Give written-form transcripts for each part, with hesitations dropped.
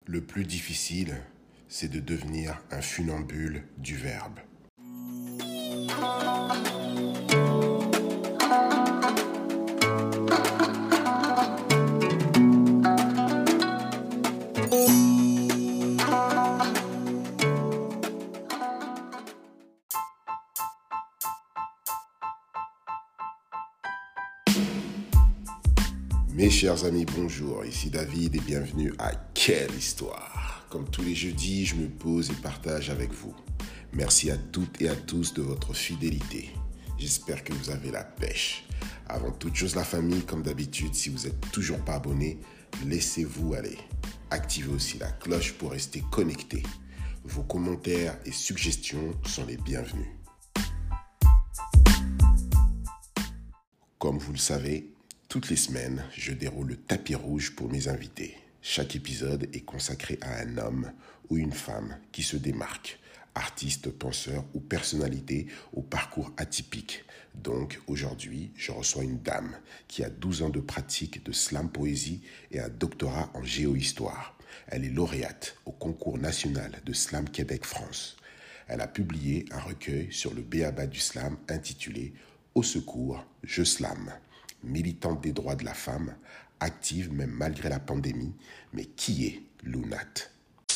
Le plus difficile, c'est de devenir un funambule du verbe. Mes chers amis, bonjour, ici David et bienvenue à Quelle Histoire. Comme tous les jeudis, je me pose et partage avec vous. Merci à toutes et à tous de votre fidélité. J'espère que vous avez la pêche. Avant toute chose, la famille, comme d'habitude, si vous n'êtes toujours pas abonné, laissez-vous aller. Activez aussi la cloche pour rester connecté. Vos commentaires et suggestions sont les bienvenus. Comme vous le savez, toutes les semaines, je déroule le tapis rouge pour mes invités. Chaque épisode est consacré à un homme ou une femme qui se démarque, artiste, penseur ou personnalité au parcours atypique. Donc aujourd'hui, je reçois une dame qui a 12 ans de pratique de slam poésie et un doctorat en géohistoire. Elle est lauréate au concours national de Slam Québec-France. Elle a publié un recueil sur le b.a.-ba du slam intitulé « Au secours, je slame ». Militante des droits de la femme, active même malgré la pandémie. Mais qui est Lounat?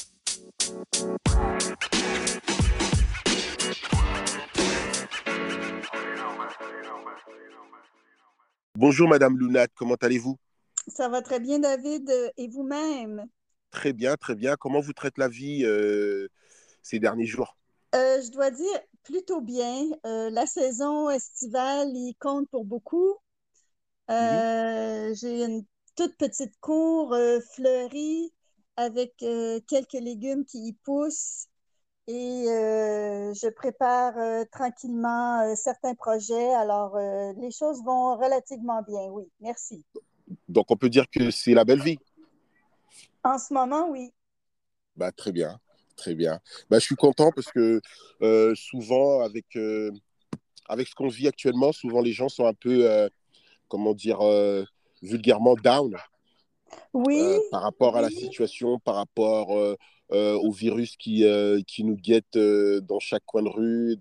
Bonjour Madame Lounat, comment allez-vous? Ça va très bien, David, et vous-même? Très bien, très bien. Comment vous traite la vie ces derniers jours? Je dois dire plutôt bien. La saison estivale, il compte pour beaucoup. Mhm. J'ai une toute petite cour fleurie avec quelques légumes qui y poussent et je prépare tranquillement certains projets. Alors, les choses vont relativement bien, oui. Merci. Donc on peut dire que c'est la belle vie. En ce moment, oui. Bah, très bien, très bien. Bah, je suis content parce que souvent avec ce qu'on vit actuellement, souvent les gens sont un peu, comment dire, vulgairement down. Oui, Par rapport à la oui. situation, par rapport au virus qui nous guette dans chaque coin de rue,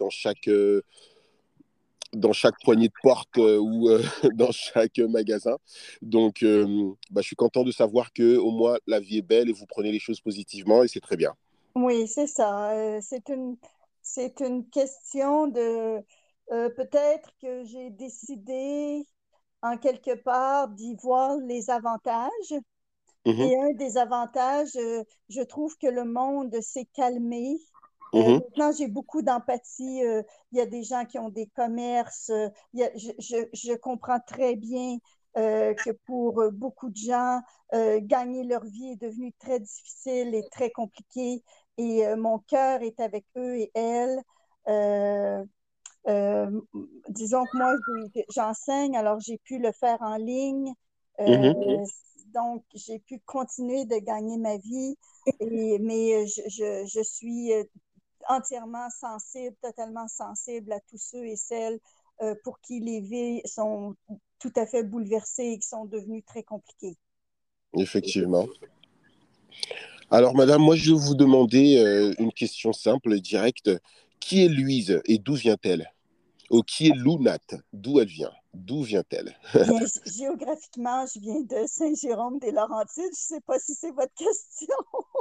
dans chaque poignée de porte ou dans chaque magasin. Donc, bah, je suis content de savoir que au moins la vie est belle et vous prenez les choses positivement et c'est très bien. Oui, c'est ça. C'est une question de peut-être que j'ai décidé en quelque part d'y voir les avantages. Mhm, Et un des avantages, je trouve que le monde s'est calmé. mhm, Maintenant, j'ai beaucoup d'empathie. Il y a des gens qui ont des commerces. Je comprends très bien que pour beaucoup de gens, gagner leur vie est devenu très difficile et très compliqué. Et mon cœur est avec eux et elles. Euh, euh, Disons que moi, j'enseigne, alors j'ai pu le faire en ligne. mhm. Donc, j'ai pu continuer de gagner ma vie, mais je suis entièrement sensible, totalement sensible à tous ceux et celles pour qui les vies sont tout à fait bouleversées et qui sont devenues très compliquées. Effectivement. Alors, madame, moi, je vais vous demander une question simple et directe. Qui est Louise et d'où vient-elle? Ou qui est Lounat? D'où elle vient? D'où vient-elle? Bien, géographiquement, je viens de Saint-Jérôme-des-Laurentides. Je ne sais pas si c'est votre question.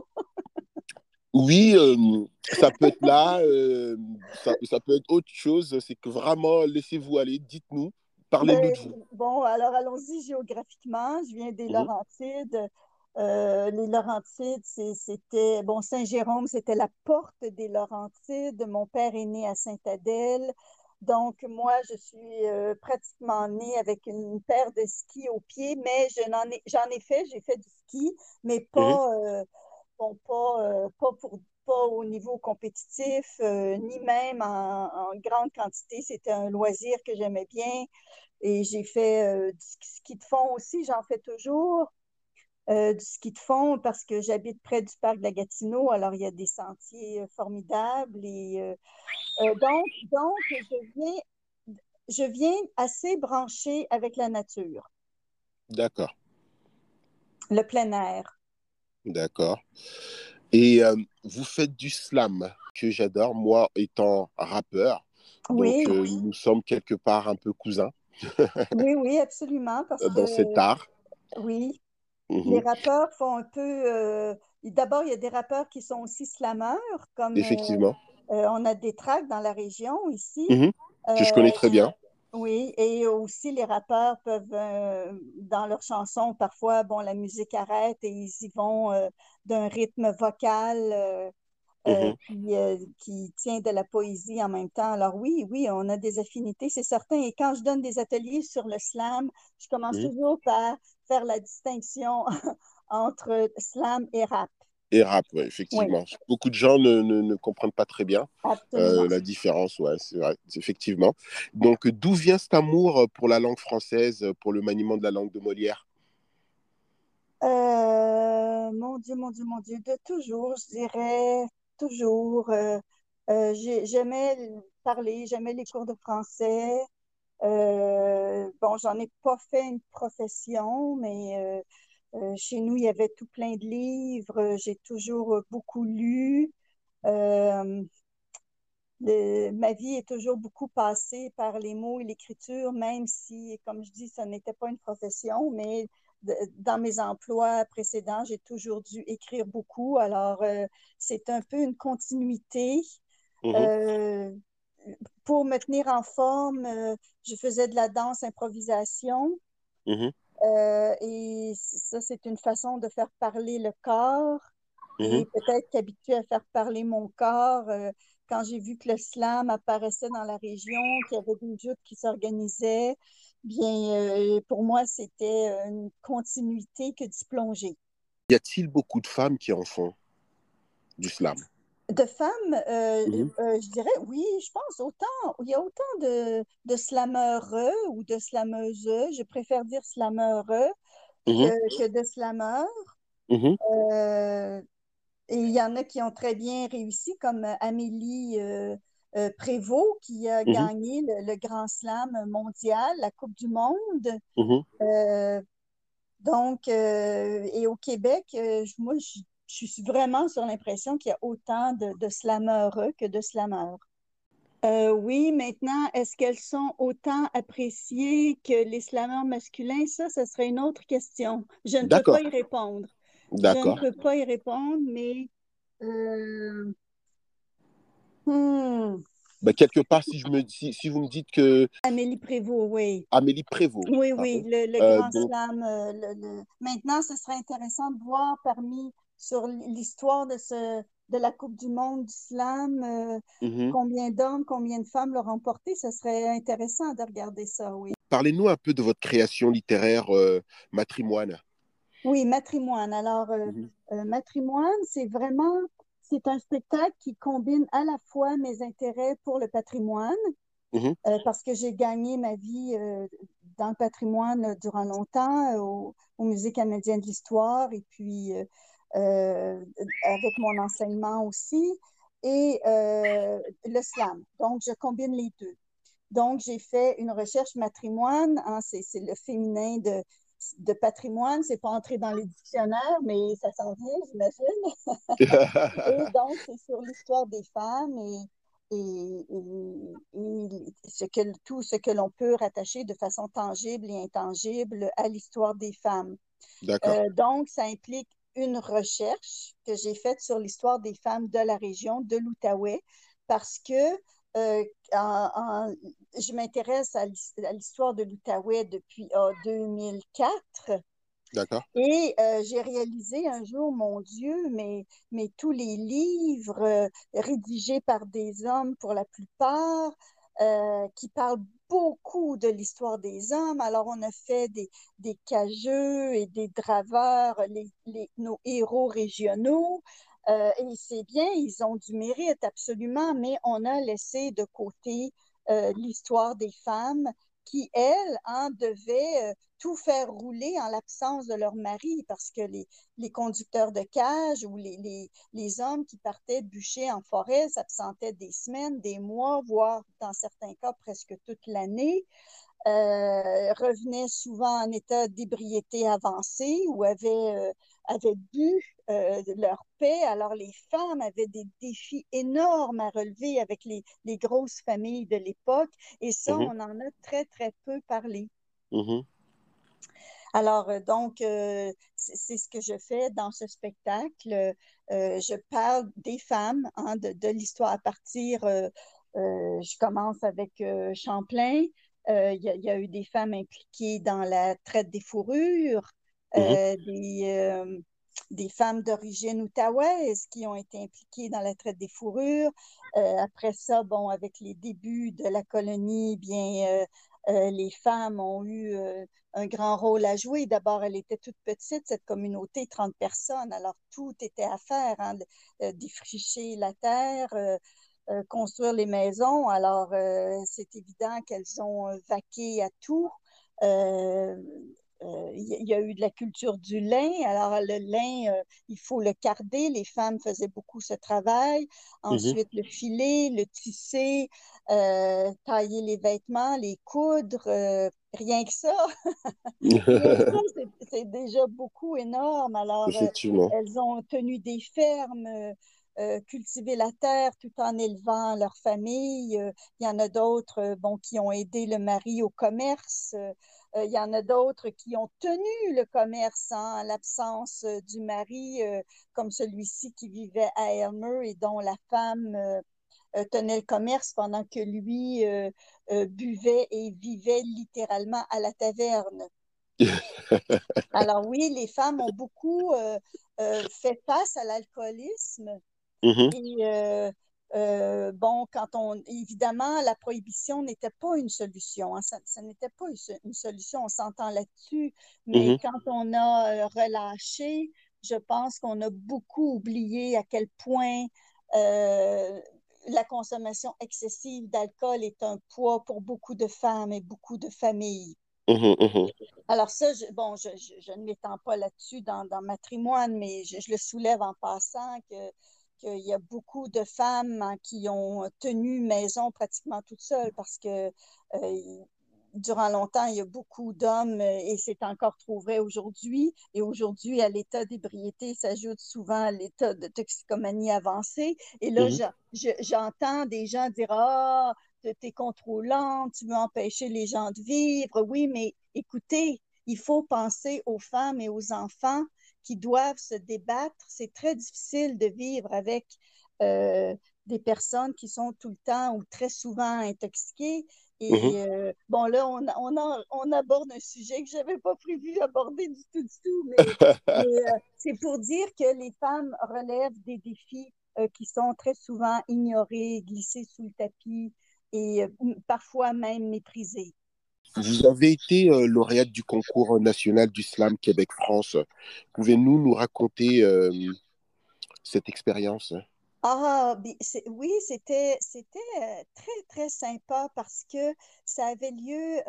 Oui, ça peut être là, ça peut être autre chose. C'est que vraiment, laissez-vous aller, dites-nous, parlez-nous Ben, de vous. bon, alors allons-y géographiquement. Je viens des Mhm, Laurentides. Les Laurentides, c'était, bon, Saint-Jérôme, c'était la porte des Laurentides. Mon père est né à Sainte-Adèle. Donc, moi, je suis pratiquement née avec une paire de skis au pied, mais j'en ai fait, j'ai fait du ski, mais mhm. bon, pas au niveau compétitif, ni même en grande quantité. C'était un loisir que j'aimais bien. Et j'ai fait du ski de fond aussi, j'en fais toujours. Du ski de fond parce que j'habite près du parc de la Gatineau, alors il y a des sentiers formidables. Et donc je viens assez branchée avec la nature, D'accord. le plein air. D'accord. Et vous faites du slam, que j'adore, moi étant rappeur. Donc, Oui, nous sommes quelque part un peu cousins oui, oui, absolument, parce que dans cet art. oui, les Mhm. rappeurs font un peu. D'abord, il y a des rappeurs qui sont aussi slameurs, comme Effectivement. on a des tracks dans la région ici. Mhm. Que je Euh, connais très bien. oui, et aussi les rappeurs peuvent, dans leurs chansons, parfois, bon, la musique arrête et ils y vont d'un rythme vocal. Mhm. Qui tient de la poésie en même temps. Alors oui, oui, on a des affinités, c'est certain. Et quand je donne des ateliers sur le slam, je commence Mhm. toujours par faire la distinction entre slam et rap. Et rap, ouais, Oui, effectivement. Beaucoup de gens ne comprennent pas très bien absolument. la différence, ouais, c'est vrai, effectivement. Donc, d'où vient cet amour pour la langue française, pour le maniement de la langue de Molière? Mon Dieu, mon Dieu, mon Dieu, de toujours, je dirais toujours. J'aimais parler, j'aimais les cours de français. Bon, j'en ai pas fait une profession, mais chez nous, il y avait tout plein de livres. J'ai toujours beaucoup lu. Euh, Ma vie est toujours beaucoup passée par les mots et l'écriture, même si, comme je dis, ça n'était pas une profession, mais dans mes emplois précédents, j'ai toujours dû écrire beaucoup. Alors, c'est un peu une continuité. Mhm. Euh, pour me tenir en forme, je faisais de la danse improvisation. Mhm. Et ça, c'est une façon de faire parler le corps Mhm. et peut-être qu'habitué à faire parler mon corps. Quand j'ai vu que le slam apparaissait dans la région, qu'il y avait des joutes qui s'organisaient, bien, pour moi, c'était une continuité que d'y plonger. Y a-t-il beaucoup de femmes qui en font du slam? De femmes, Mhm. je dirais oui, je pense autant, il y a autant de slameurs ou de slameuses, je préfère dire slameurs Mhm. que de slameurs. Mhm. Euh, et il y en a qui ont très bien réussi, comme Amélie Prévost, qui a Mhm. gagné le Grand Slam mondial, la Coupe du Monde. Mhm. Euh, et au Québec, moi, je suis vraiment sur l'impression qu'il y a autant de slameurs que de slameurs. Oui, maintenant, est-ce qu'elles sont autant appréciées que les slameurs masculins? Ça serait une autre question. Je ne peux pas D'accord, y répondre. Je ne d'accord. peux pas y répondre, mais euh, hmm, Bah, quelque part, si vous me dites que Amélie Prévost, oui. Amélie Prévost, Oui, oui, pardon, le Grand donc, Slam. Maintenant, ce serait intéressant de voir sur l'histoire de la Coupe du Monde du Slam, mhm. combien d'hommes, combien de femmes l'ont remporté. Ce serait intéressant de regarder ça, oui. Parlez-nous un peu de votre création littéraire Matrimoine. Oui, Matrimoine. Alors, Mhm. Matrimoine, c'est un spectacle qui combine à la fois mes intérêts pour le patrimoine, Mhm. parce que j'ai gagné ma vie dans le patrimoine durant longtemps au Musée canadien de l'histoire et puis euh, avec mon enseignement aussi, et le slam. Donc, je combine les deux. Donc, j'ai fait une recherche matrimoine, hein, c'est le féminin de patrimoine, c'est pas entré dans les dictionnaires, mais ça s'en vient, j'imagine. Et donc, c'est sur l'histoire des femmes et tout ce que l'on peut rattacher de façon tangible et intangible à l'histoire des femmes. D'accord. Donc, ça implique une recherche que j'ai faite sur l'histoire des femmes de la région de l'Outaouais parce que euh, en- en- je m'intéresse à l'histoire de l'Outaouais depuis 2004 D'accord. et j'ai réalisé un jour, mon Dieu, mais tous les livres rédigés par des hommes pour la plupart, qui parlent beaucoup de l'histoire des hommes. Alors, on a fait des cageux et des draveurs, nos héros régionaux. Et c'est bien, ils ont du mérite, absolument, mais on a laissé de côté l'histoire des femmes qui, elles, devaient tout faire rouler en l'absence de leur mari parce que les conducteurs de cage ou les hommes qui partaient bûcher en forêt s'absentaient des semaines, des mois, voire dans certains cas presque toute l'année, revenaient souvent en état d'ébriété avancée ou avaient avaient bu leur paix. Alors, les femmes avaient des défis énormes à relever avec les grosses familles de l'époque. Et ça, Mhm. on en a très, très peu parlé. Mhm. Alors, donc, c'est ce que je fais dans ce spectacle. Je parle des femmes, hein, de l'histoire à partir. Je commence avec Champlain. Il y a eu des femmes impliquées dans la traite des fourrures, Mhm. des femmes d'origine outaouaise qui ont été impliquées dans la traite des fourrures. Après ça, bon, avec les débuts de la colonie, bien, les femmes ont eu un grand rôle à jouer. D'abord, elle était toute petite, cette communauté, 30 personnes. Alors, tout était à faire, hein, défricher la terre, construire les maisons. Alors, c'est évident qu'elles ont vaqué à tout. Euh, il y a eu de la culture du lin. Alors, le lin, il faut le carder. Les femmes faisaient beaucoup ce travail. Mhm. Ensuite, le filer, le tisser, tailler les vêtements, les coudre. Rien que ça, rien que ça, c'est déjà beaucoup énorme. Alors, Effectivement. elles ont tenu des fermes, cultivé la terre tout en élevant leur famille. Il y en a d'autres, bon, qui ont aidé le mari au commerce. Il y en a d'autres qui ont tenu le commerce, hein, en l'absence du mari, comme celui-ci qui vivait à Elmer et dont la femme tenait le commerce pendant que lui buvait et vivait littéralement à la taverne. Alors oui, les femmes ont beaucoup fait face à l'alcoolisme Mhm. et bon, évidemment, la prohibition n'était pas une solution, hein, ça n'était pas une solution, on s'entend là-dessus, mais Mhm. quand on a relâché, je pense qu'on a beaucoup oublié à quel point euh, la consommation excessive d'alcool est un poids pour beaucoup de femmes et beaucoup de familles. Mhm. Mhm. Alors ça, bon, je ne m'étends pas là-dessus dans Matrimoine, mais je le soulève en passant qu'il y a beaucoup de femmes, hein, qui ont tenu maison pratiquement toutes seules parce que durant longtemps, il y a beaucoup d'hommes et c'est encore trop vrai aujourd'hui. Et aujourd'hui, à l'état d'ébriété s'ajoute souvent l'état de toxicomanie avancée. Et là, Mhm. j'entends des gens dire, ah, t'es contrôlante, tu veux empêcher les gens de vivre. Oui, mais écoutez, il faut penser aux femmes et aux enfants qui doivent se débattre. C'est très difficile de vivre avec des personnes qui sont tout le temps ou très souvent intoxiquées. Mhm. Et bon, là, on aborde un sujet que je n'avais pas prévu aborder du tout, mais c'est pour dire que les femmes relèvent des défis qui sont très souvent ignorés, glissés sous le tapis et parfois même méprisés. Vous avez été lauréate du concours national du slam Québec-France. Pouvez-vous nous raconter cette expérience? Ah, oui, c'était très, très sympa parce que ça avait lieu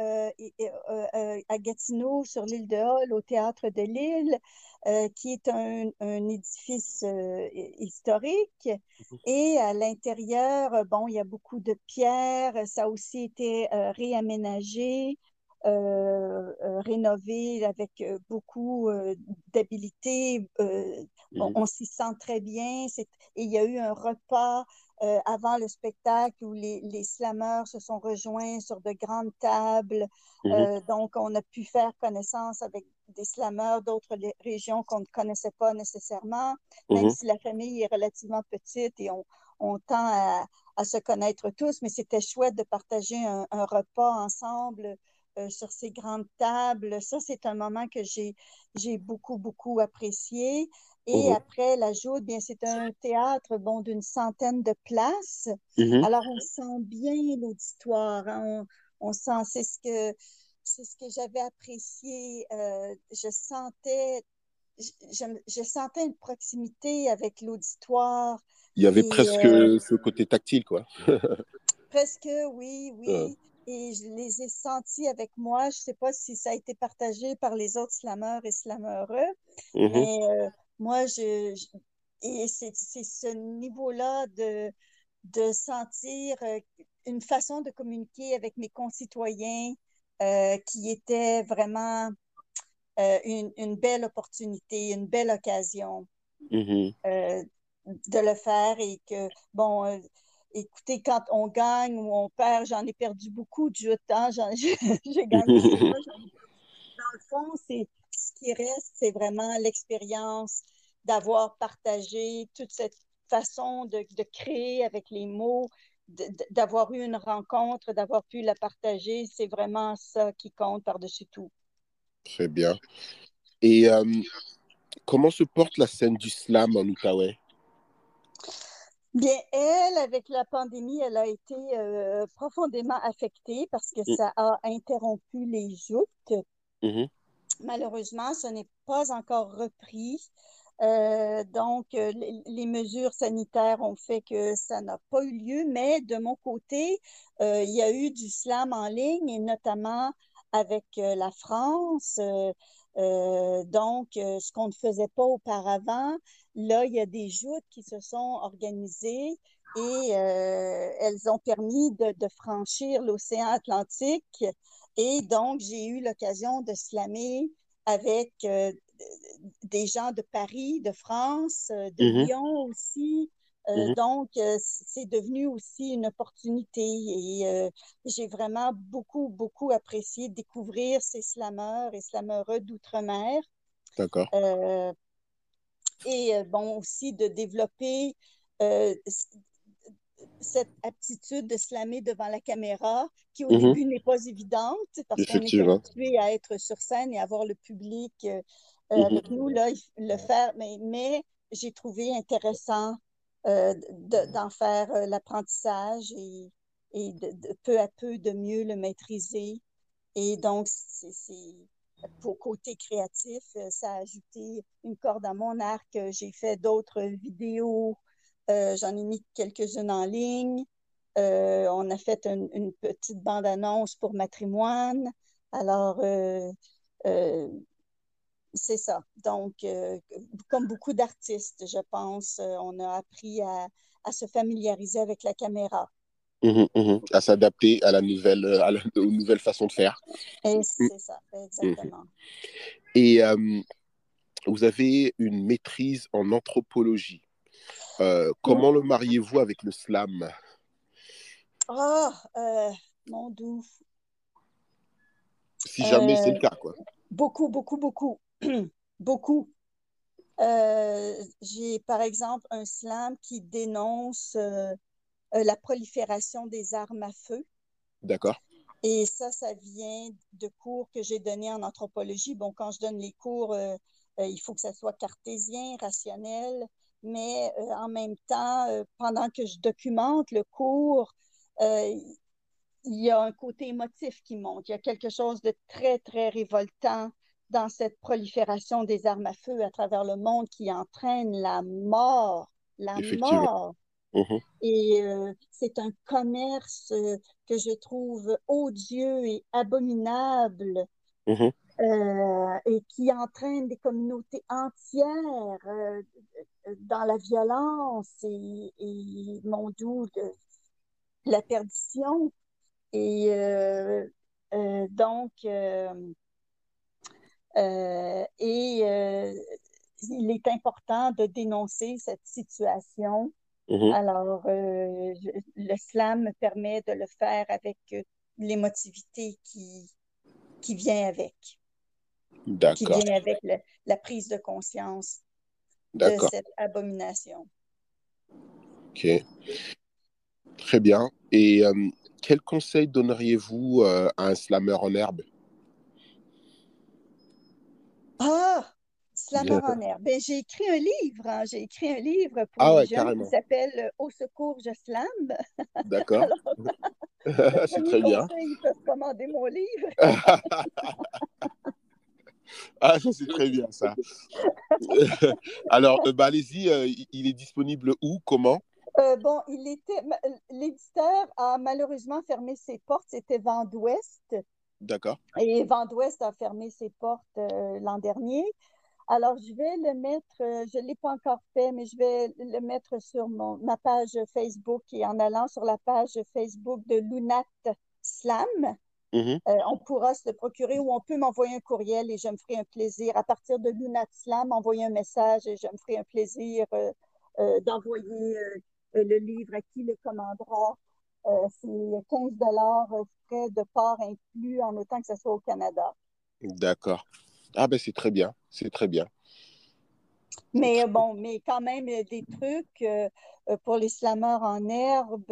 à Gatineau, sur l'île de Hall, au Théâtre de l'Île, qui est un édifice historique. Et à l'intérieur, bon, il y a beaucoup de pierres. Ça a aussi été réaménagé, rénové avec beaucoup d'habileté. Mhm. On s'y sent très bien. Et il y a eu un repas avant le spectacle où les slameurs se sont rejoints sur de grandes tables. Mhm. Donc, on a pu faire connaissance avec des slameurs d'autres régions qu'on ne connaissait pas nécessairement, même Mhm. si la famille est relativement petite et on tend à se connaître tous, mais c'était chouette de partager un repas ensemble sur ces grandes tables. Ça, c'est un moment que j'ai beaucoup, beaucoup apprécié. Et Mhm. après, la Joute, bien, c'est un théâtre, bon, d'une centaine de places. Mhm. Alors, on sent bien l'auditoire, hein. On sent, c'est ce que j'avais apprécié. Je sentais une proximité avec l'auditoire Il y avait et presque ce côté tactile, quoi. presque, oui, Euh, oui. Et je les ai sentis avec moi. Je ne sais pas si ça a été partagé par les autres slameurs et slameureux, mhm. mais moi, et c'est ce niveau-là de sentir une façon de communiquer avec mes concitoyens qui était vraiment une belle opportunité, une belle occasion Mhm. euh, de le faire et que, bon, écoutez, quand on gagne ou on perd, j'en ai perdu beaucoup de joutes, hein, j'ai gagné souvent. Dans le fond, c'est ce qui reste, c'est vraiment l'expérience d'avoir partagé toute cette façon de créer avec les mots, d'avoir eu une rencontre, d'avoir pu la partager. C'est vraiment ça qui compte par-dessus tout. Très bien. Et comment se porte la scène du slam en Outaouais? Bien, elle, avec la pandémie, elle a été profondément affectée parce que Mm, ça a interrompu les joutes. mhm, Malheureusement, ce n'est pas encore repris. Donc, les mesures sanitaires ont fait que ça n'a pas eu lieu, mais de mon côté, il y a eu du slam en ligne et notamment avec la France. Donc, ce qu'on ne faisait pas auparavant, là, il y a des joutes qui se sont organisées et elles ont permis de franchir l'océan Atlantique. Et donc, j'ai eu l'occasion de slammer avec des gens de Paris, de France, de mhm. Lyon aussi. Mhm. Donc, c'est devenu aussi une opportunité et j'ai vraiment beaucoup, beaucoup apprécié découvrir ces slameurs et slameureux d'outre-mer. D'accord. Euh, et bon, aussi de développer euh, cette aptitude de slammer devant la caméra, qui au Mhm. début n'est pas évidente parce qu'on est Effectivement. habitué à être sur scène et avoir le public Mhm. avec nous, là, le faire, mais j'ai trouvé intéressant d'en faire l'apprentissage et peu à peu de mieux le maîtriser. Et donc, pour côté créatif, ça a ajouté une corde à mon arc. J'ai fait d'autres vidéos. J'en ai mis quelques-unes en ligne. On a fait une petite bande-annonce pour Matrimoine. Alors, euh, c'est ça. Donc, comme beaucoup d'artistes, je pense, on a appris à se familiariser avec la caméra. Mhm, mhm. À s'adapter à la nouvelle, aux nouvelles façons de faire. Et Mhm, c'est ça, mhm. exactement. Et vous avez une maîtrise en anthropologie. Comment le mariez-vous avec le slam? Ah, mon doux. Si jamais c'est Euh, le cas, quoi. beaucoup, beaucoup, beaucoup. Beaucoup. J'ai par exemple un slam qui dénonce la prolifération des armes à feu. D'accord. Et ça vient de cours que j'ai donnés en anthropologie. Bon, quand je donne les cours, il faut que ça soit cartésien, rationnel, mais en même temps, pendant que je documente le cours, euh, il y a un côté émotif qui monte. Il y a quelque chose de très, très révoltant dans cette prolifération des armes à feu à travers le monde qui entraîne la mort. La Effectivement. mort. Mhm, Et c'est un commerce que je trouve odieux et abominable mhm. et qui entraîne des communautés entières dans la violence mon doux, la perdition. Et donc, il est important de dénoncer cette situation. Mhm. Alors, le slam me permet de le faire avec l'émotivité qui vient avec, qui D'accord. vient avec la prise de conscience de D'accord. cette abomination. Ok. Très bien. Et quel conseil donneriez-vous à un slammer en herbe? Ah! Slammer en herbe. Ben, j'ai écrit un livre, hein. J'ai écrit un livre pour Ah les ouais, jeunes qui carrément. s'appelle Au secours, je slam. D'accord. Alors, le C'est premier très bien. conseil, ils peuvent commander mon livre. Ah, ça, c'est très bien, ça. Alors, bah, allez-y, il est disponible où? Comment? Bon, l'éditeur a malheureusement fermé ses portes. C'était Vent d'Ouest. D'accord. Et Vent d'Ouest a fermé ses portes l'an dernier. Alors, je vais le mettre, je ne l'ai pas encore fait, mais je vais le mettre sur ma page Facebook et en allant sur la page Facebook de Lunat Slam, Mhm. On pourra se le procurer ou on peut m'envoyer un courriel et je me ferai un plaisir. À partir de Lunatslam, m'envoyer un message et je me ferai un plaisir d'envoyer le livre à qui le commandera. C'est 15 frais de port inclus en autant que ce soit au Canada. D'accord. Ah ben c'est très bien, c'est très bien. C'est Mais très... bon, mais quand même des trucs pour les slameurs en herbe.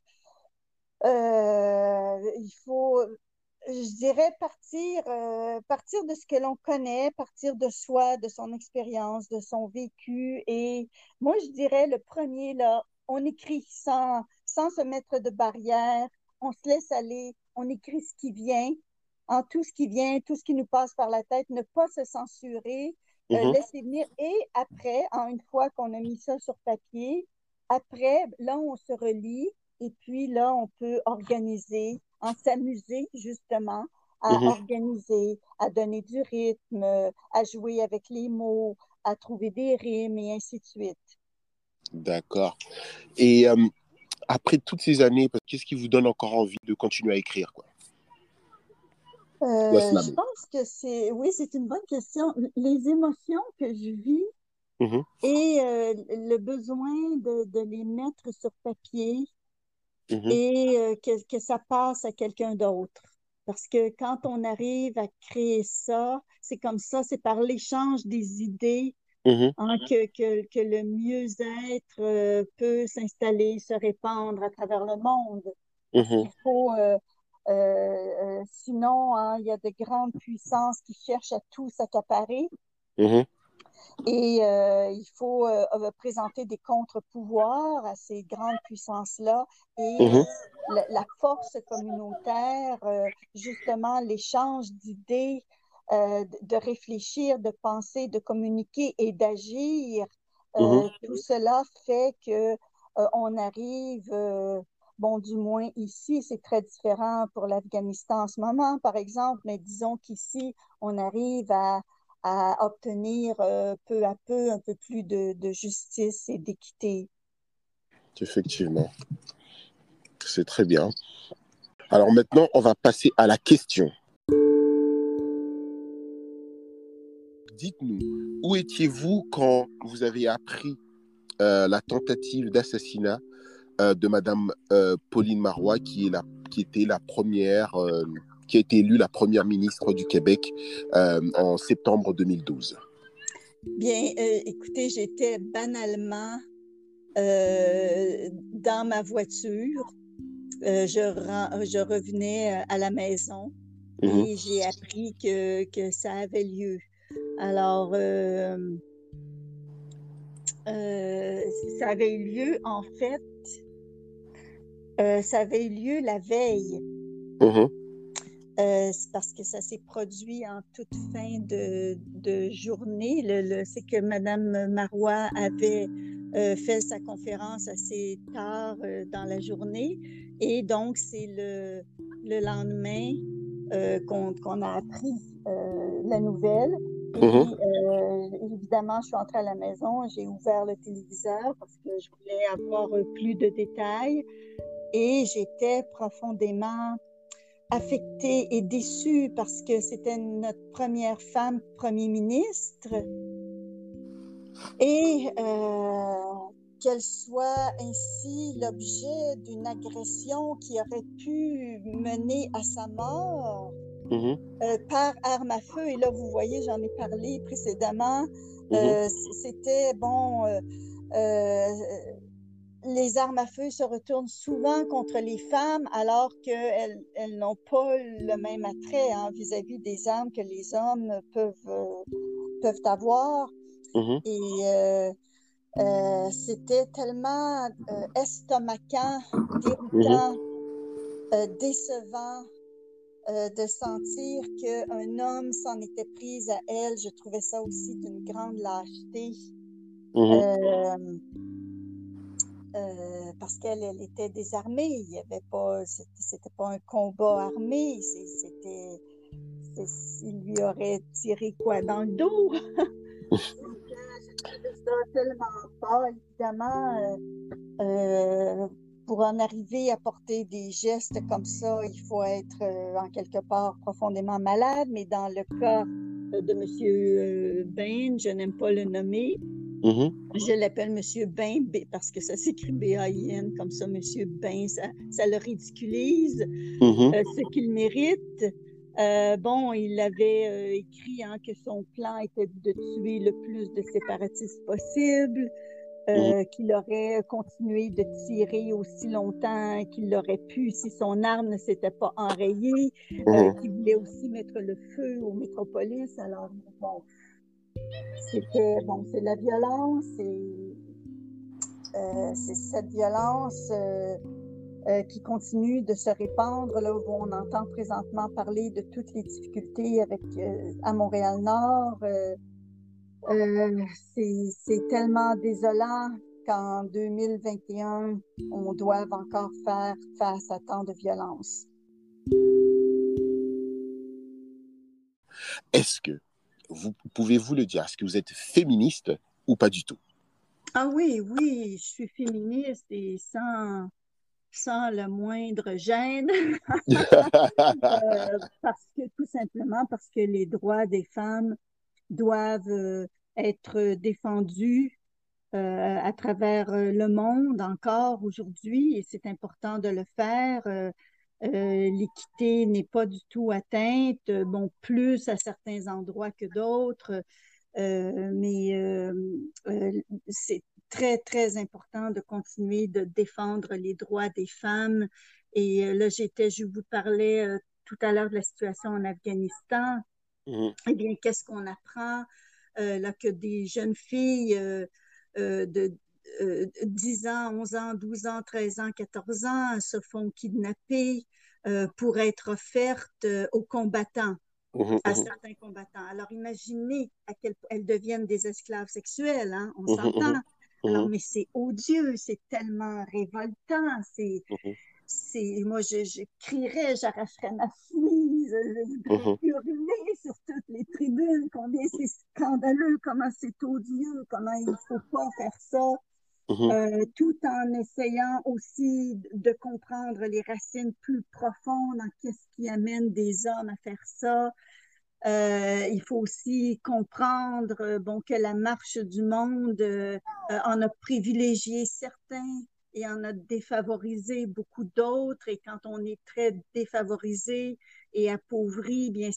Il faut, je dirais, partir de ce que l'on connaît, partir de soi, de son expérience, de son vécu. Et moi, je dirais, le premier, là, on écrit sans se mettre de barrière, on se laisse aller, on écrit ce qui vient, en tout ce qui vient, tout ce qui nous passe par la tête, ne pas se censurer, Mhm, laisser venir. Et après, une fois qu'on a mis ça sur papier, après, là, on se relie et puis là, on peut organiser, en s'amuser justement à mhm. organiser, à donner du rythme, à jouer avec les mots, à trouver des rimes et ainsi de suite. D'accord. Et après toutes ces années, qu'est-ce qui vous donne encore envie de continuer à écrire, quoi? Ou à Je slammer? pense que oui, c'est une bonne question. Les émotions que je vis Mhm, et le besoin de les mettre sur papier mhm, et que ça passe à quelqu'un d'autre. Parce que quand on arrive à créer ça, c'est comme ça, c'est par l'échange des idées mhm, que le mieux-être peut s'installer, se répandre à travers le monde. Parce mhm, qu'il faut, sinon, il y a de grandes puissances qui cherchent à tout s'accaparer. mhm, Et il faut présenter des contre-pouvoirs à ces grandes puissances-là et mhm, la force communautaire, justement l'échange d'idées, de réfléchir, de penser, de communiquer et d'agir. mhm. Tout cela fait que on arrive, bon, du moins ici, c'est très différent pour l'Afghanistan en ce moment, par exemple, mais disons qu'ici, on arrive à obtenir peu à peu un peu plus de justice et d'équité. Effectivement, c'est très bien. Alors maintenant, on va passer à la question. Dites-nous, où étiez-vous quand vous avez appris la tentative d'assassinat de Madame Pauline Marois, qui était la première, qui a été élue la première ministre du Québec en septembre 2012. Bien, écoutez, j'étais banalement dans ma voiture. Je revenais à la maison Mhm, et j'ai appris que ça avait lieu. Alors, ça avait eu lieu, en fait, ça avait eu lieu la veille. mhm, C'est parce que ça s'est produit en toute fin de journée. C'est que Mme Marois avait fait sa conférence assez tard dans la journée et donc c'est le lendemain qu'on a appris la nouvelle. mhm, Et évidemment, je suis entrée à la maison, j'ai ouvert le téléviseur parce que je voulais avoir plus de détails et j'étais profondément affectée et déçue parce que c'était notre première femme premier ministre et qu'elle soit ainsi l'objet d'une agression qui aurait pu mener à sa mort mhm, par arme à feu. Et là, vous voyez, j'en ai parlé précédemment. mhm, C'était bon. Euh, les armes à feu se retournent souvent contre les femmes alors qu'elles n'ont pas le même attrait vis-à-vis des armes que les hommes peuvent avoir. mhm, Et c'était tellement estomacant, mhm. déroutant, décevant de sentir qu'un homme s'en était pris à elle. Je trouvais ça aussi d'une grande lâcheté. Mhm. Euh, parce qu'elle était désarmée. Il y avait pas, c'était pas un combat armé. Il lui aurait tiré quoi dans le dos. Donc, j'ai trouvé ça tellement fort, évidemment. pour en arriver à porter des gestes comme ça, il faut être en quelque part profondément malade, mais dans le cas de M. Bain, je n'aime pas le nommer. Mhm, Je l'appelle Monsieur Bain parce que ça s'écrit B-A-I-N, comme ça, Monsieur Bain, ça le ridiculise, mhm, ce qu'il mérite. Bon, il avait écrit hein, que son plan était de tuer le plus de séparatistes possible, mhm, qu'il aurait continué de tirer aussi longtemps qu'il l'aurait pu si son arme ne s'était pas enrayée, mhm. qu'il voulait aussi mettre le feu aux métropolis. Alors, bon, c'est de la violence et c'est cette violence qui continue de se répandre, là où on entend présentement parler de toutes les difficultés à Montréal-Nord. Euh, c'est tellement désolant qu'en 2021, on doive encore faire face à tant de violence. Est-ce que pouvez-vous le dire, est-ce que vous êtes féministe ou pas du tout? Ah oui, oui, je suis féministe et sans le moindre gêne, tout simplement parce que les droits des femmes doivent être défendus à travers le monde encore aujourd'hui et c'est important de le faire. L'équité n'est pas du tout atteinte, bon, plus à certains endroits que d'autres, mais c'est très, très important de continuer de défendre les droits des femmes. Et là, je vous parlais tout à l'heure de la situation en Afghanistan. Mhm, Eh bien, qu'est-ce qu'on apprend? Là, que des jeunes filles de 10 ans, 11 ans, 12 ans, 13 ans, 14 ans se font kidnapper pour être offertes aux combattants, mhm, à mhm, certains combattants. Alors, imaginez à quel point elles deviennent des esclaves sexuels, hein, on mhm, s'entend. mhm, Alors, mhm, mais c'est odieux, c'est tellement révoltant, mhm, moi, je crierais, j'arracherais ma chemise, je voudrais mhm, hurler sur toutes les tribunes, combien c'est scandaleux, comment c'est odieux, comment il ne faut pas faire ça, mhm. tout en essayant aussi de comprendre les racines plus profondes en qu'est-ce qui amène des hommes à faire ça. Il faut aussi comprendre bon, que la marche du monde en a privilégié certains et en a défavorisé beaucoup d'autres. Et quand on est très défavorisé et appauvri, bien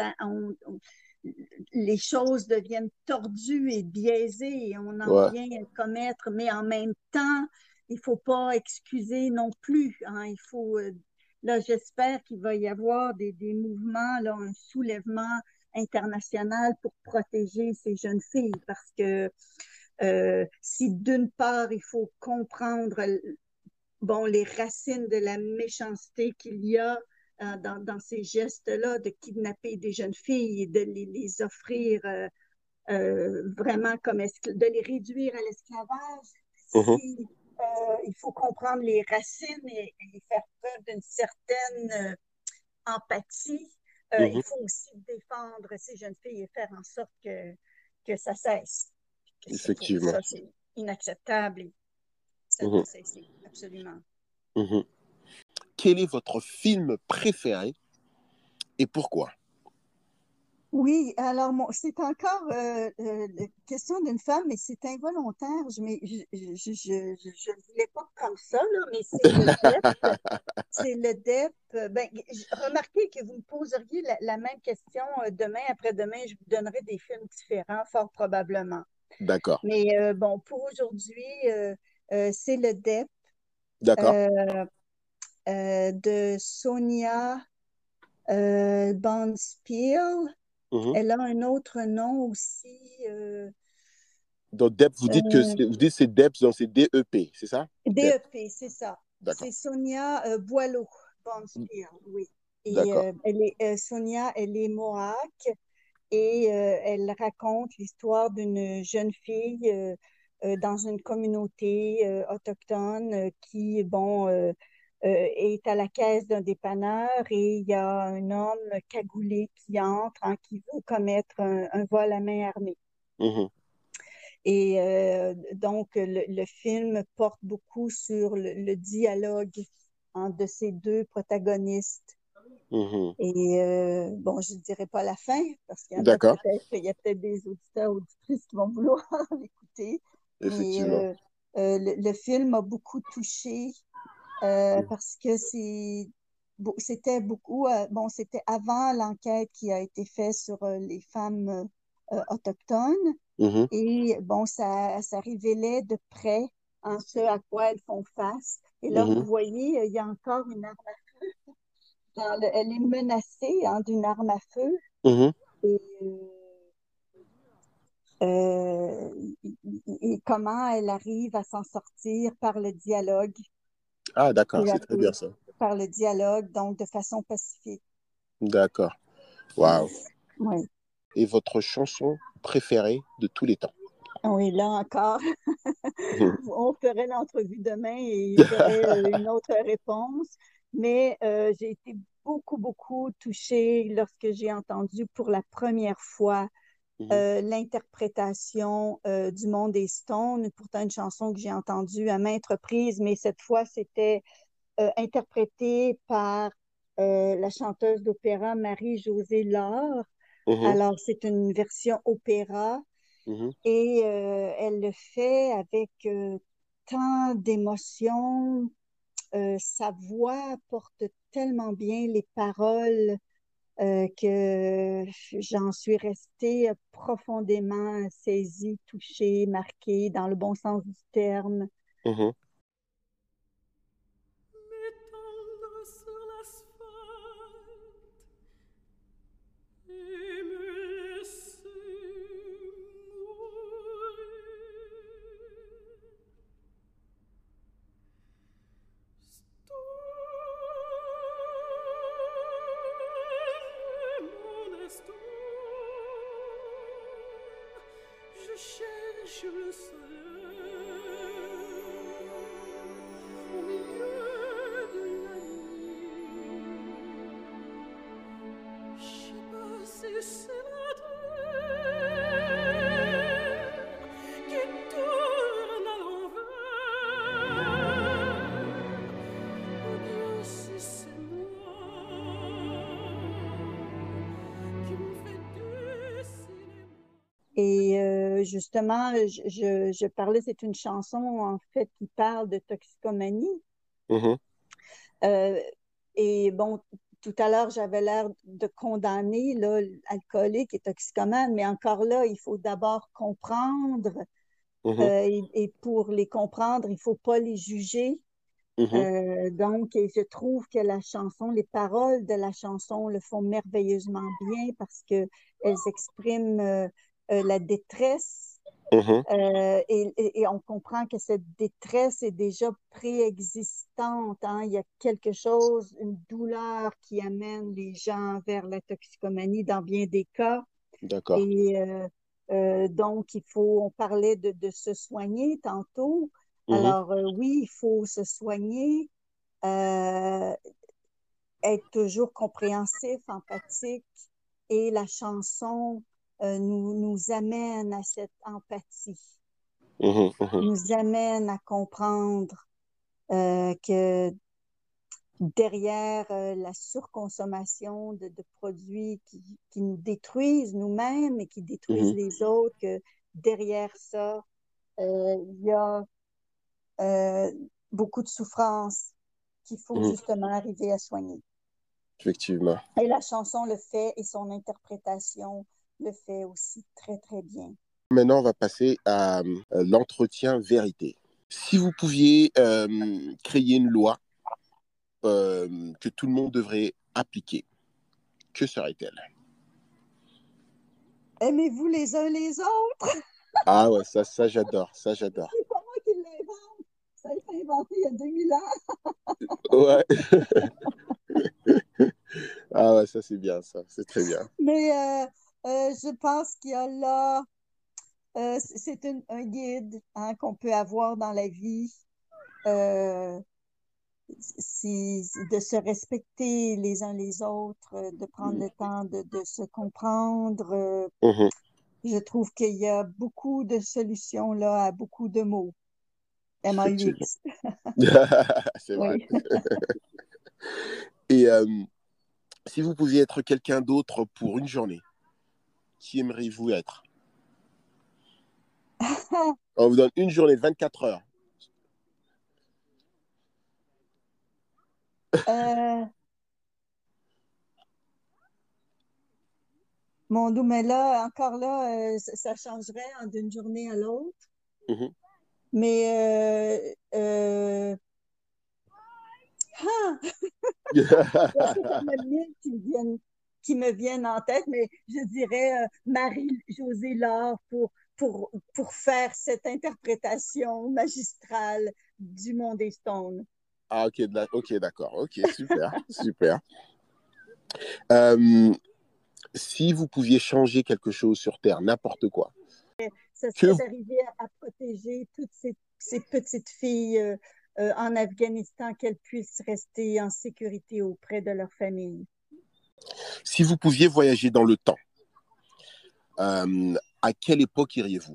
les choses deviennent tordues et biaisées et on en Ouais. vient à commettre, mais en même temps, il ne faut pas excuser non plus. Hein, il faut là, j'espère qu'il va y avoir des mouvements, là, un soulèvement international pour protéger ces jeunes filles parce que si d'une part, il faut comprendre bon, les racines de la méchanceté qu'il y a dans ces gestes-là de kidnapper des jeunes filles et de les offrir vraiment de les réduire à l'esclavage. Mhm, Si, il faut comprendre les racines et faire preuve d'une certaine empathie. Il mhm. faut aussi défendre ces jeunes filles et faire en sorte que ça cesse. Effectivement. Ça, c'est inacceptable et ça doit Mhm, cesser, absolument. mhm. Quel est votre film préféré et pourquoi? Oui, alors c'est encore question d'une femme, mais c'est involontaire. Je le voulais pas comme ça, là, mais c'est le DEP. C'est le DEP. Ben, remarquez que vous me poseriez la même question demain, après-demain, je vous donnerai des films différents, fort probablement. D'accord. Mais bon, pour aujourd'hui, c'est le DEP D'accord. euh, de Sonia Bonspiel. Mhm. Elle a un autre nom aussi. Donc, DEP, Euh, vous dites c'est DEP, donc c'est DEP, c'est ça? DEP. DEP, c'est ça. D'accord. C'est Sonia Boileau Bonspiel, oui. Et D'accord. Sonia, elle est Mohawk et elle raconte l'histoire d'une jeune fille dans une communauté autochtone qui, bon, est à la caisse d'un dépanneur et il y a un homme cagoulé qui entre, hein, qui veut commettre un vol à main armée. Mhm. Et donc, le film porte beaucoup sur le dialogue de ces deux protagonistes. Mhm. Et bon, je ne dirai pas la fin parce D'accord, il y a peut-être des auditeurs, auditrices qui vont vouloir l'écouter. Mais effectivement. le film m'a beaucoup touchée Mhm. parce que c'était beaucoup, bon, c'était avant l'enquête qui a été faite sur les femmes autochtones. Mhm. Et bon, ça révélait de près en ce à quoi elles font face. Et là, vous Mhm. voyez, il y a encore une arme elle est menacée d'une arme à feu. Mhm. Et, et comment elle arrive à s'en sortir par le dialogue, Ah, d'accord, peu à c'est très bien peu, ça. par le dialogue, donc de façon pacifique. D'accord. Waouh. Yes. Oui. Et votre chanson préférée de tous les temps? Oui, là encore, Mhm. on ferait l'entrevue demain et j'aurais une autre réponse. Mais j'ai été beaucoup, beaucoup touchée lorsque j'ai entendu pour la première fois Mhm. l'interprétation du Monde des Stones, pourtant une chanson que j'ai entendue à maintes reprises, mais cette fois, c'était interprété par la chanteuse d'opéra Marie-Josée Laure. Mhm. Alors, c'est une version opéra Mhm. et elle le fait avec tant d'émotion. Sa voix porte tellement bien les paroles que j'en suis restée profondément saisie, touchée, marquée dans le bon sens du terme. Mhm. M'étendre sur l'asphalte et me laisser mourir. Stone, mon Stone, je cherche le soleil au milieu de la nuit. Je sais pas si c'est la terre qui tourne à l'envers, ou bien si c'est moi qui me fais du cinéma. Et justement, je parlais, c'est une chanson en fait qui parle de toxicomanie. Mhm. Euh, et bon, tout à l'heure, j'avais l'air de condamner là, l'alcoolique et toxicomane, mais encore là, il faut d'abord comprendre. Mhm. Et pour les comprendre, il ne faut pas les juger. Mhm. Donc, et je trouve que la chanson, les paroles de la chanson le font merveilleusement bien parce que elles expriment la détresse Mhm. et on comprend que cette détresse est déjà préexistante, hein. Il y a quelque chose, une douleur qui amène les gens vers la toxicomanie dans bien des cas. D'accord. Et donc, on parlait de se soigner tantôt. Mhm. Alors, oui, il faut se soigner, euh, être toujours compréhensif, empathique. Et la chanson nous amène à cette empathie, Mhm. Mhm. nous amène à comprendre que derrière la surconsommation de produits qui nous détruisent nous-mêmes et qui détruisent Mhm. les autres, que derrière ça, il y a euh, beaucoup de souffrance qu'il faut Mhm. justement arriver à soigner. Effectivement. Et la chanson le fait et son interprétation le fait aussi très, très bien. Maintenant, on va passer à l'entretien vérité. Si vous pouviez créer une loi que tout le monde devrait appliquer, que serait-elle? Aimez-vous les uns les autres? Ah ouais, ça j'adore, ça j'adore. C'est pas moi qui l'invente. Ça a été inventé il y a 2000 ans. Ouais. Ah ouais, ça c'est bien, ça, c'est très bien. Mais je pense qu'il y a là, c'est un guide hein, qu'on peut avoir dans la vie. Euh, de se respecter les uns les autres, de prendre le temps de se comprendre, Mhm. Je trouve qu'il y a beaucoup de solutions là à beaucoup de mots. Effectivement. MAUX. C'est vrai. Oui. Et si vous pouviez être quelqu'un d'autre pour une journée, qui aimeriez-vous être? On vous donne une journée, 24 heures. Euh, Mon Dieu, mais là, encore là, ça changerait d'une journée à l'autre. Mhm. Mais ah, il y a tellement de mille qui me viennent en tête, mais je dirais Marie-Josée Laure pour faire cette interprétation magistrale du Monde des Stones. Ah, ok, d'accord. Ok, super, super. Euh, si vous pouviez changer quelque chose sur Terre, n'importe quoi, Ce que serait d'arriver à protéger toutes ces petites filles en Afghanistan, qu'elles puissent rester en sécurité auprès de leur famille. si vous pouviez voyager dans le temps, à quelle époque iriez-vous?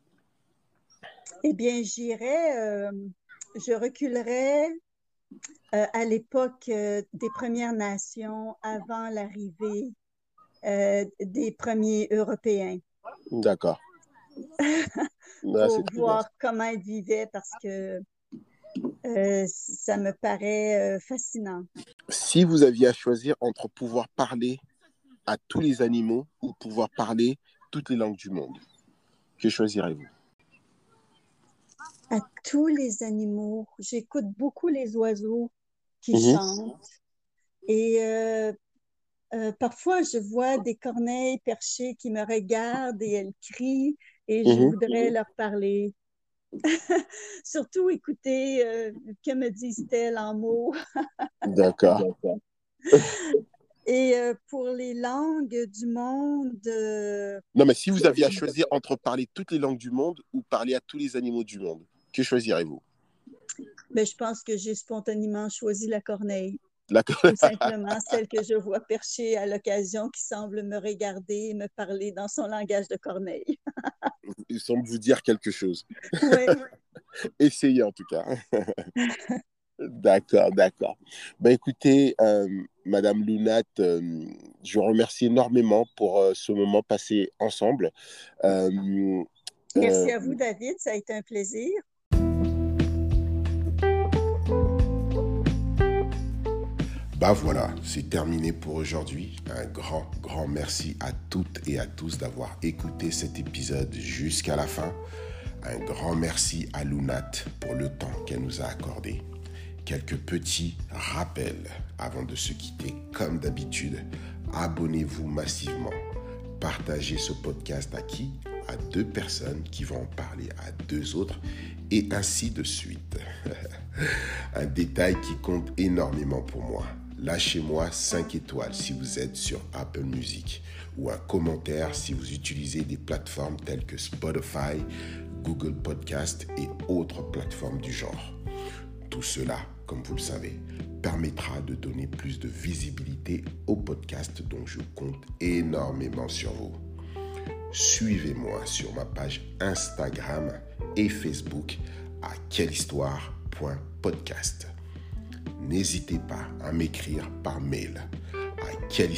Eh bien, je reculerais à l'époque des Premières Nations, avant l'arrivée des premiers Européens, D'accord. Ah, c'est pour très bien. voir comment ils vivaient, parce que ça me paraît fascinant. Si vous aviez à choisir entre pouvoir parler à tous les animaux ou pouvoir parler toutes les langues du monde, que choisirez-vous? À tous les animaux, j'écoute beaucoup les oiseaux qui Mhm, chantent, et parfois je vois des corneilles perchées qui me regardent et elles crient, et je mhm. voudrais leur parler. Surtout écouter que me disent-elles en mots. D'accord. Et pour les langues du monde, Non, mais si vous aviez à choisir entre parler toutes les langues du monde ou parler à tous les animaux du monde, que choisirez-vous? ben, je pense que j'ai spontanément choisi la corneille. D'accord. Tout simplement, celle que je vois perchée à l'occasion, qui semble me regarder et me parler dans son langage de corneille. Il semble vous dire quelque chose. Oui. Essayez en tout cas. D'accord, d'accord. Ben écoutez, Madame Lunat, je vous remercie énormément pour ce moment passé ensemble. Euh, Merci euh, à vous, David. Ça a été un plaisir. Bah voilà, c'est terminé pour aujourd'hui. Un grand merci à toutes et à tous d'avoir écouté cet épisode jusqu'à la fin. Un grand merci à Lunat pour le temps qu'elle nous a accordé. Quelques petits rappels avant de se quitter. Comme d'habitude, abonnez-vous massivement. Partagez ce podcast à qui? À 2 personnes qui vont en parler à 2 autres, et ainsi de suite. Un détail qui compte énormément pour moi. Lâchez-moi 5 étoiles si vous êtes sur Apple Music, ou un commentaire si vous utilisez des plateformes telles que Spotify, Google Podcast et autres plateformes du genre. Tout cela, comme vous le savez, permettra de donner plus de visibilité au podcast, dont je compte énormément sur vous. Suivez-moi sur ma page Instagram et Facebook à quellehistoire.podcast. N'hésitez pas à m'écrire par mail à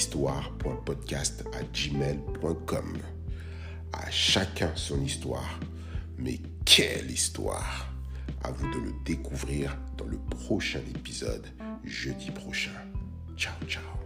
quellehistoire.podcast@gmail.com. À chacun son histoire, mais quelle histoire! À vous de le découvrir dans le prochain épisode, jeudi prochain. Ciao, ciao.